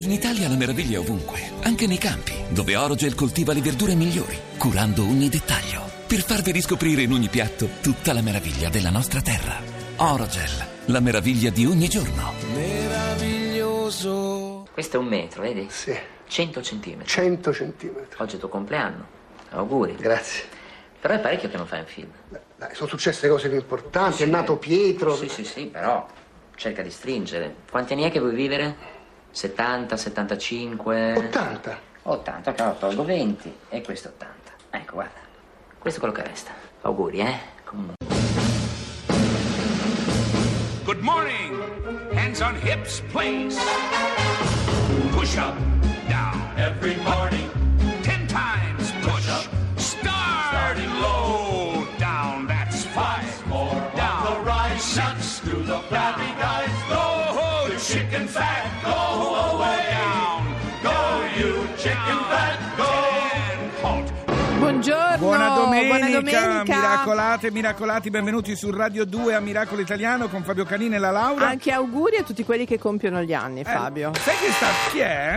In Italia la meraviglia è ovunque, anche nei campi, dove Orogel coltiva le verdure migliori, curando ogni dettaglio, per farvi riscoprire in ogni piatto tutta la meraviglia della nostra terra. Orogel, la meraviglia di ogni giorno. Meraviglioso. Questo è 1 metro, vedi? Sì. 100 centimetri. 100 centimetri. Oggi è il tuo compleanno. Auguri. Grazie. Però è parecchio che non fai un film. Dai, sono successe cose più importanti, Sì. è nato Pietro. Sì, però cerca di stringere. Quanti anni è che vuoi vivere? 70, 75? 80. 80, però tolgo 20 e questo 80. Ecco, guarda. Questo è quello che resta. Auguri, Comunque. Good morning. Hands on hips, please. Push up, down. Every morning. 10 times push up. Starting low, down. That's 5 more. Down. On the rise, 6 to the flabby guys. Go, the chicken fat. Go away. Down. Go, you chicken fat. Go. Halt. Buongiorno, Buona domenica, miracolata. miracolati, benvenuti su Radio 2 a Miracolo Italiano con Fabio Canini e la Laura. Anche auguri a tutti quelli che compiono gli anni, Fabio. Sai chi è?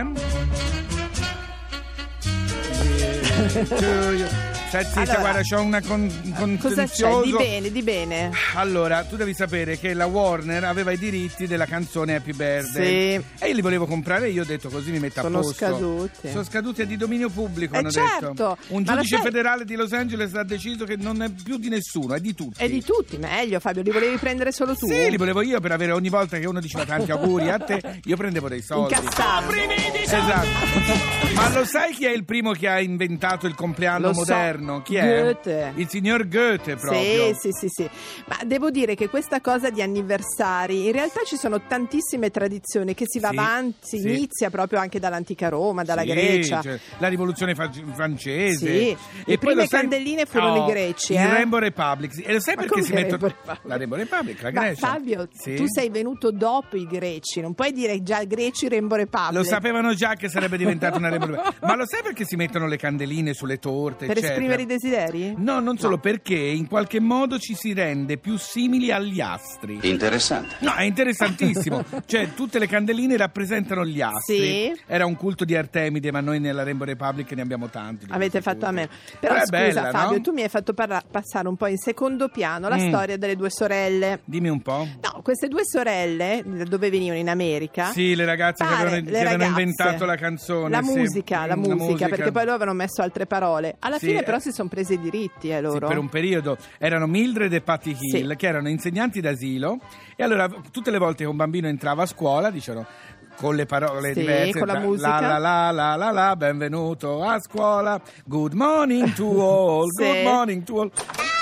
Zitta, Allora, guarda, c'ho una Cosa c'è? Di bene. Allora, tu devi sapere che la Warner aveva i diritti della canzone Happy Birthday. Sì. E io li volevo comprare, io ho detto così mi metto a Sono posto. scaduti. Sono scaduti, è di dominio pubblico, hanno certo. detto. Un Ma lo giudice sai- federale di Los Angeles ha deciso che non è più di nessuno, è di tutti. È di tutti, meglio, Fabio, li volevi prendere solo tu? Sì, li volevo io per avere ogni volta che uno diceva tanti auguri a te, io prendevo dei soldi. Incassato. Esatto. Ma lo sai chi è il primo che ha inventato il compleanno Lo so. moderno? Chi è? Goethe. Il signor Goethe proprio. Sì. Ma devo dire che questa cosa di anniversari, in realtà ci sono tantissime tradizioni che si va Sì, avanti, si sì. inizia proprio anche dall'antica Roma, dalla Sì, Grecia. cioè, la rivoluzione francese. Sì, E le poi prime lo sai- candelline furono i greci, Il eh? Rainbow Republic. Sì. E lo sai Ma perché come si mettono Rainbow Republic? la Rainbow Republic, la Ma Grecia? Fabio, Sì. tu sei venuto dopo i greci, non puoi dire già greci Rainbow Republic. Lo sapevano già che sarebbe diventata una Rainbow Republic. Ma lo sai perché si mettono le candeline sulle torte, Per eccetera? esprimere i desideri? No, non solo, perché in qualche modo ci si rende più simili agli astri. Interessante. No, è interessantissimo. Cioè, tutte le candeline rappresentano gli astri. Sì. Era un culto di Artemide, ma noi nella Rainbow Republic ne abbiamo tanti. di Avete questi fatto a culti. meno. Però è scusa bella, Fabio, no? tu mi hai fatto passare un po' in secondo piano la storia delle due sorelle. Dimmi un po'. No, queste due sorelle, da dove venivano in America? Sì, le ragazze che pare, avevano, le che avevano ragazze, inventato la canzone. La sì. musica, la musica, perché poi loro avevano messo altre parole. Alla Sì, fine però si sono presi i diritti, Sì, loro. per un periodo erano Mildred e Patty Hill, Sì. che erano insegnanti d'asilo, e allora tutte le volte che un bambino entrava a scuola dicevano con le parole Sì, diverse, con la musica. la, benvenuto a scuola, good morning to all, Sì. good morning to all.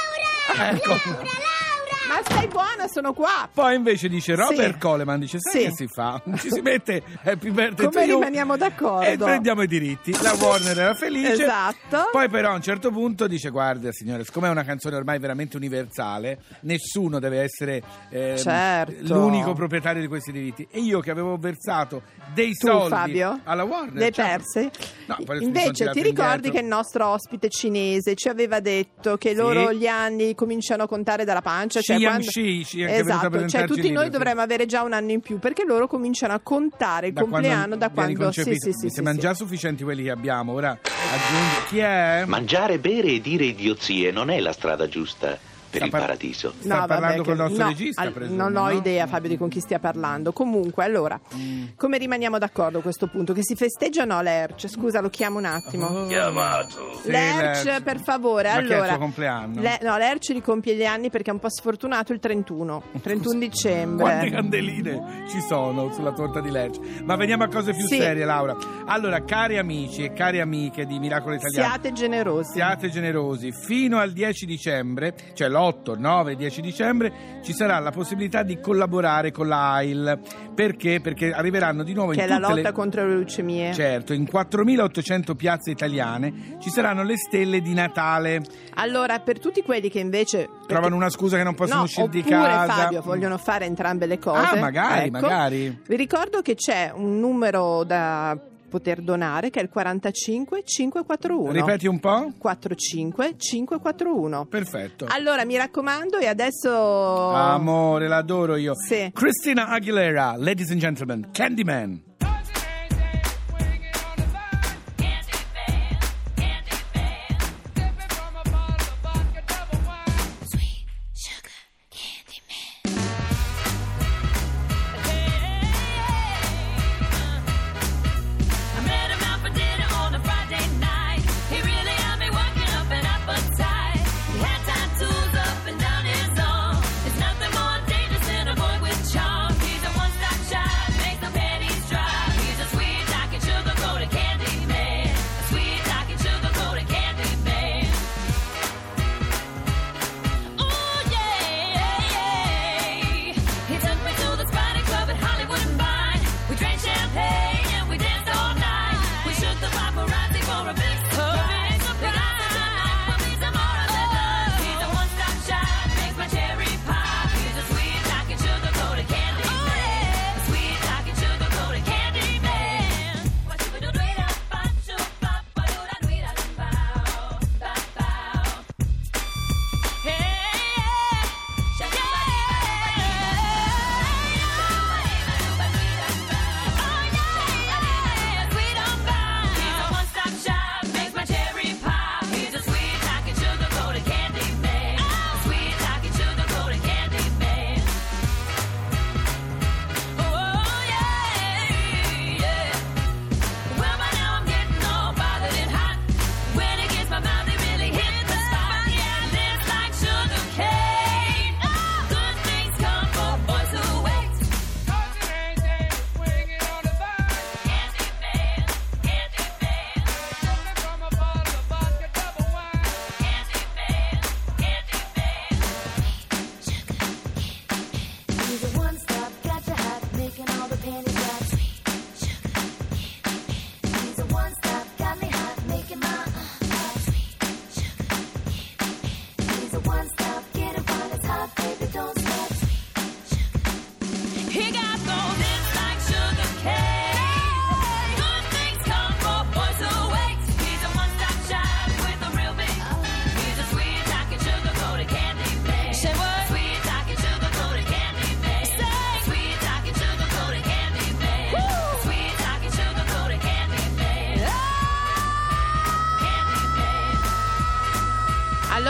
Ecco. Ma stai buona, sono qua. Poi invece dice Robert Sì. Coleman, dice sai Sì. che si fa? Ci si mette Happy Birthday Come to you rimaniamo d'accordo? e prendiamo i diritti. La Warner era felice. Esatto. Poi però a un certo punto dice guarda signore, siccome è una canzone ormai veramente universale, nessuno deve essere Certo. l'unico proprietario di questi diritti. E io che avevo versato dei Tu, soldi Fabio? alla Warner. Le hai cioè- perse? No, poi mi sono Invece tirato ti ricordi indietro. che il nostro ospite cinese ci aveva detto che loro gli anni cominciano a contare dalla pancia? Cioè Shi, che è venuto a esatto, cioè presentarci tutti il noi libro, dovremmo avere già un anno in più perché loro cominciano a contare il compleanno da vieni quando concepito. Mi sembrano già sufficienti quelli che abbiamo. Ora aggiungi chi è? Mangiare, bere e dire idiozie non è la strada giusta per il Sta par- paradiso. Sta parlando col nostro regista, presumo, non ho no? idea, Fabio, di con chi stia parlando. Comunque, allora, come rimaniamo d'accordo a questo punto? Che si festeggia o no l'Erc? Scusa, lo chiamo un attimo. Chiamato. Sì, L'Erc, per favore. Ma che è il allora, suo compleanno? No, l'Erc ricompie gli anni perché è un po' sfortunato il 31 dicembre. Quante candeline ci sono sulla torta di Lerch? Ma veniamo a cose più Sì. serie, Laura. Allora, cari amici e cari amiche di Miracolo Italiano, Siate generosi. siate generosi. Fino al 10 dicembre, cioè l'8, 9 e 10 dicembre, ci sarà la possibilità di collaborare con la AIL. Perché? Perché arriveranno di nuovo Che in è la tutte lotta le... contro le leucemie. Certo, in 4.800 piazze italiane ci saranno le stelle di Natale. Allora, per tutti quelli che invece Trovano una scusa che non possono no, uscire di oppure, casa. Fabio, vogliono fare entrambe le cose. Ah, magari, ecco. magari. Vi ricordo che c'è un numero da poter donare che è il 45 541. Ripeti un po'? 45 541. Perfetto. Allora, mi raccomando, e adesso Amore, l'adoro io. Sì. Christina Aguilera, ladies and gentlemen, Candyman.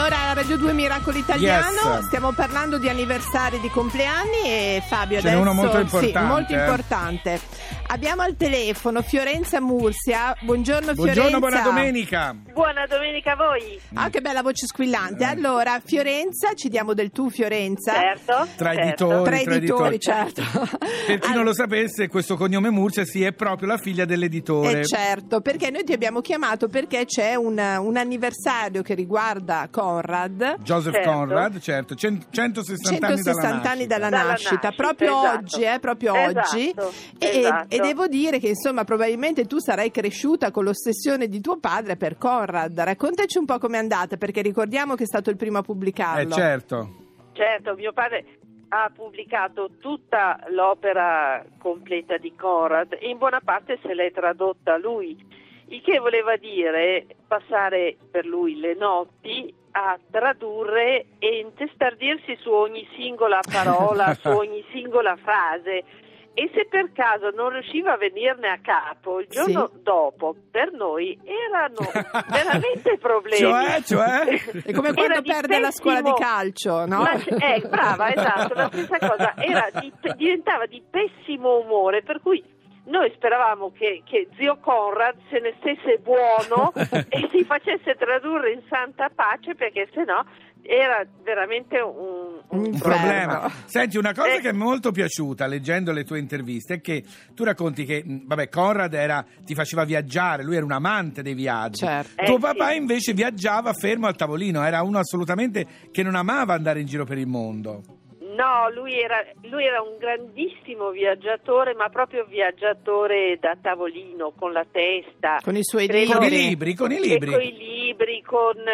Allora, Radio 2 Miracolo Italiano, Yes. stiamo parlando di anniversari di compleanni e Fabio Ce n'è adesso uno molto importante, sì, molto importante. Abbiamo al telefono Fiorenza Mursia. Buongiorno Fiorenza. Buongiorno, buona domenica. Buona domenica a voi. Ah, che bella voce squillante. Allora, Fiorenza, ci diamo del tu, Fiorenza? Certo. Tra certo. editori, Tra editori, certo. Per chi non lo sapesse, questo cognome Mursia è proprio la figlia dell'editore. Certo, perché noi ti abbiamo chiamato perché c'è un anniversario che riguarda Conrad. Joseph Certo. Conrad, certo, 160 anni dalla Dalla nascita, nascita, proprio esatto. oggi, proprio Esatto, oggi. esatto. E devo dire che insomma probabilmente tu sarai cresciuta con l'ossessione di tuo padre per Conrad. Raccontaci un po' com'è andata, perché ricordiamo che è stato il primo a pubblicarlo. Certo. Certo, mio padre ha pubblicato tutta l'opera completa di Conrad e in buona parte se l'è tradotta lui, il che voleva dire passare per lui le notti a tradurre e intestardirsi su ogni singola parola, su ogni singola frase. E se per caso non riusciva a venirne a capo, il giorno dopo per noi erano veramente problemi. Cioè? È come quando Era di perde la scuola di pessimo- calcio, no? Brava, esatto, la stessa cosa. Diventava di pessimo umore, per cui noi speravamo che zio Conrad se ne stesse buono e si facesse tradurre in santa pace, perché sennò era veramente un Problema. Senti, una cosa che mi è molto piaciuta leggendo le tue interviste è che tu racconti che Conrad ti faceva viaggiare, lui era un amante dei viaggi. Certo. Tuo papà invece viaggiava fermo al tavolino, era uno assolutamente che non amava andare in giro per il mondo. No, lui era un grandissimo viaggiatore, ma proprio viaggiatore da tavolino, con la testa. Con i suoi Credo- Con i libri. libri, con i E libri. con i libri,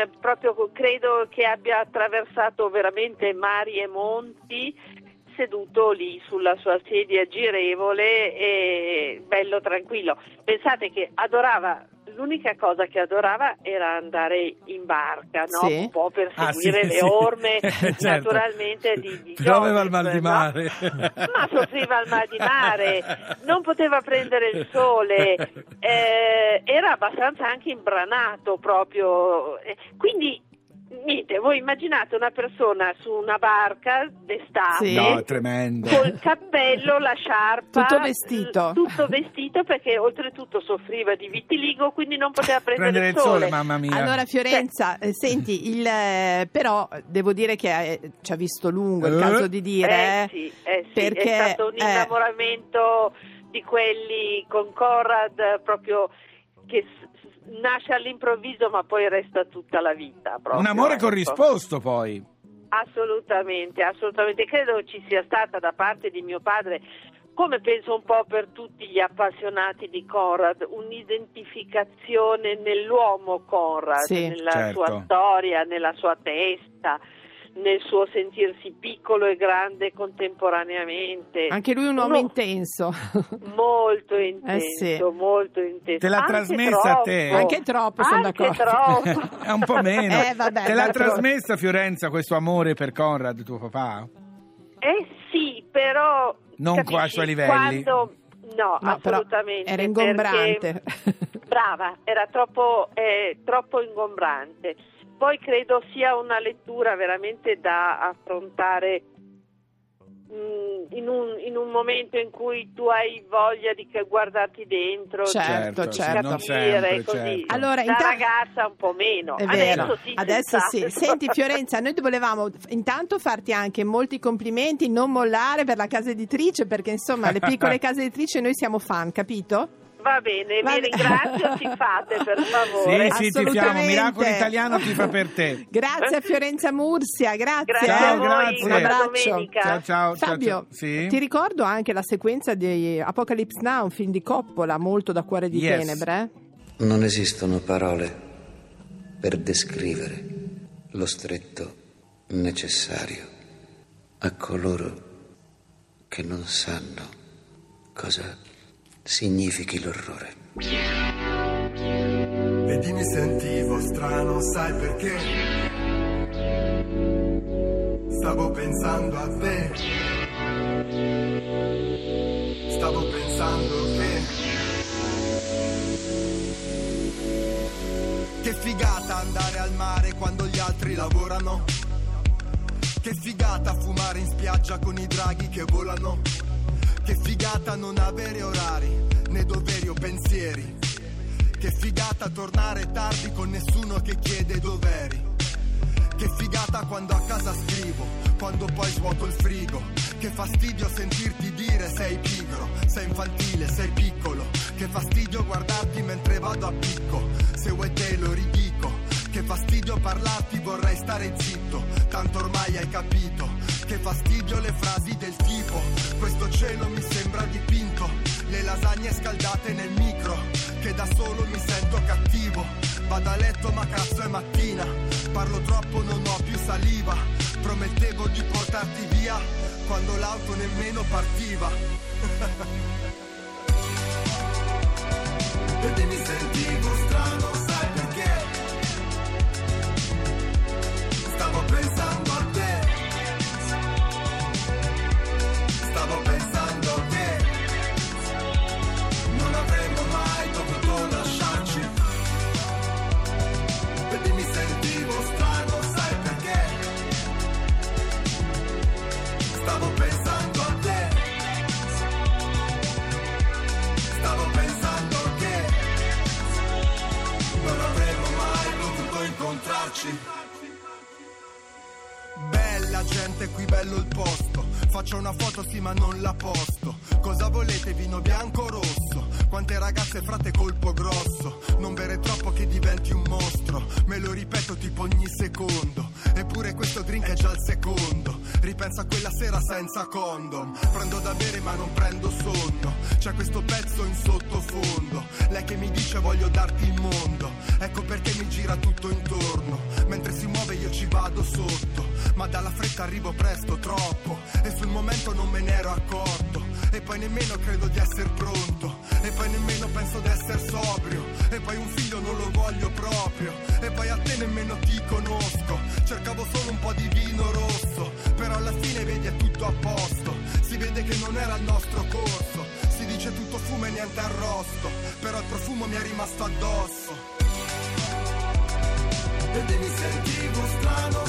credo che abbia attraversato veramente mari e monti, seduto lì sulla sua sedia girevole e bello tranquillo. Pensate che l'unica cosa che adorava era andare in barca, no? Sì. Un po' per Ah, seguire sì, le sì. orme Certo. naturalmente di Però aveva il Joseph, mal di no? mare. Ma soffriva il mal di mare, non poteva prendere il sole, era abbastanza anche imbranato proprio, quindi niente, voi immaginate una persona su una barca d'estate, Sì. No, è tremendo. col cappello, la sciarpa, Tutto vestito. Perché oltretutto soffriva di vitiligo, quindi non poteva prendere il sole, mamma mia. Allora Fiorenza, senti, però devo dire che ci ha visto lungo, è il caso di dire, sì, perché è stato un innamoramento di quelli con Conrad proprio che nasce all'improvviso ma poi resta tutta la vita proprio, Un amore ecco. corrisposto poi. Assolutamente, credo ci sia stata da parte di mio padre, come penso un po' per tutti gli appassionati di Conrad, un'identificazione nell'uomo Conrad, Sì. nella Certo. sua storia, nella sua testa, nel suo sentirsi piccolo e grande contemporaneamente. anche lui un uomo intenso. Molto intenso, sì. molto intenso. Te l'ha Anche trasmessa a te? troppo. Anche troppo, sono Anche d'accordo. troppo. È un po' meno. Vabbè, Te l'ha d'altro- trasmessa Fiorenza questo amore per Conrad, tuo papà? Sì, però Non capisci, ai suoi livelli. No, No, però assolutamente. era ingombrante. perché- brava, era troppo ingombrante. Poi credo sia una lettura veramente da affrontare in un momento in cui tu hai voglia di guardarti dentro, Certo, di certo. non capire, sempre, così. certo. Allora, da ragazza un po' meno. È vero, Adesso sì. senz'altro. Senti Fiorenza, noi volevamo intanto farti anche molti complimenti, non mollare per la casa editrice, perché insomma le piccole case editrici noi siamo fan, capito? Va bene, Va vi bene. ringrazio, ti fate per favore. Sì, ti Assolutamente. fiamo. Miracolo Italiano ti fa per te. Grazie a Fiorenza Mursia, grazie. Grazie Ciao, a voi, grazie. Un buona abbraccio. domenica. Ciao, ciao. Fabio, ciao. Sì? ti ricordo anche la sequenza di Apocalypse Now, un film di Coppola, molto da cuore di Yes. tenebre. Non esistono parole per descrivere lo stretto necessario a coloro che non sanno cosa significhi l'orrore. Vedi, mi sentivo strano, sai perché? Stavo pensando a te. Stavo pensando che Che figata andare al mare quando gli altri lavorano. Che figata fumare in spiaggia con i draghi che volano. Che figata non avere orari, né doveri o pensieri. Che figata tornare tardi con nessuno che chiede dov'eri. Che figata quando a casa scrivo, quando poi svuoto il frigo. Che fastidio sentirti dire sei pigro, sei infantile, sei piccolo. Che fastidio guardarti mentre vado a picco, se vuoi te lo ridico. Che fastidio parlarti, vorrei stare zitto, tanto ormai hai capito. Che fastidio le frasi del tipo, questo cielo mi sembra dipinto. Le lasagne scaldate nel micro, che da solo mi sento cattivo. Vado a letto ma cazzo è mattina, parlo troppo non ho più saliva. Promettevo di portarti via, quando l'auto nemmeno partiva. E mi sentivo strano, sai perché? Stavo pensando a te. Stavo pensando che non avremmo mai dovuto lasciarci. E mi sentivo strano, sai perché? Stavo pensando a te. Stavo pensando che non avremmo mai potuto incontrarci. Bella gente qui, bello il posto. Faccio una foto sì ma non la posto. Cosa volete, vino bianco o rosso? Quante ragazze frate colpo grosso. Non bere troppo che diventi un mostro. Me lo ripeto tipo ogni secondo. Eppure questo drink è già il secondo. Ripenso a quella sera senza condom. Prendo da bere ma non prendo sonno. C'è questo pezzo in sottofondo. Lei che mi dice voglio darti il mondo. Ecco perché mi gira tutto intorno. Mentre si muove io ci vado sotto. Ma dalla fretta arrivo presto, troppo. E sul momento non me ne ero accorto. E poi nemmeno credo di essere pronto. E poi nemmeno penso di essere sobrio. E poi un figlio non lo voglio proprio. E poi a te nemmeno ti conosco. Cercavo solo un po' di vino rosso. Però alla fine vedi è tutto a posto. Si vede che non era il nostro corso. Si dice tutto fumo e niente arrosto. Però il profumo mi è rimasto addosso. E mi sentivo strano,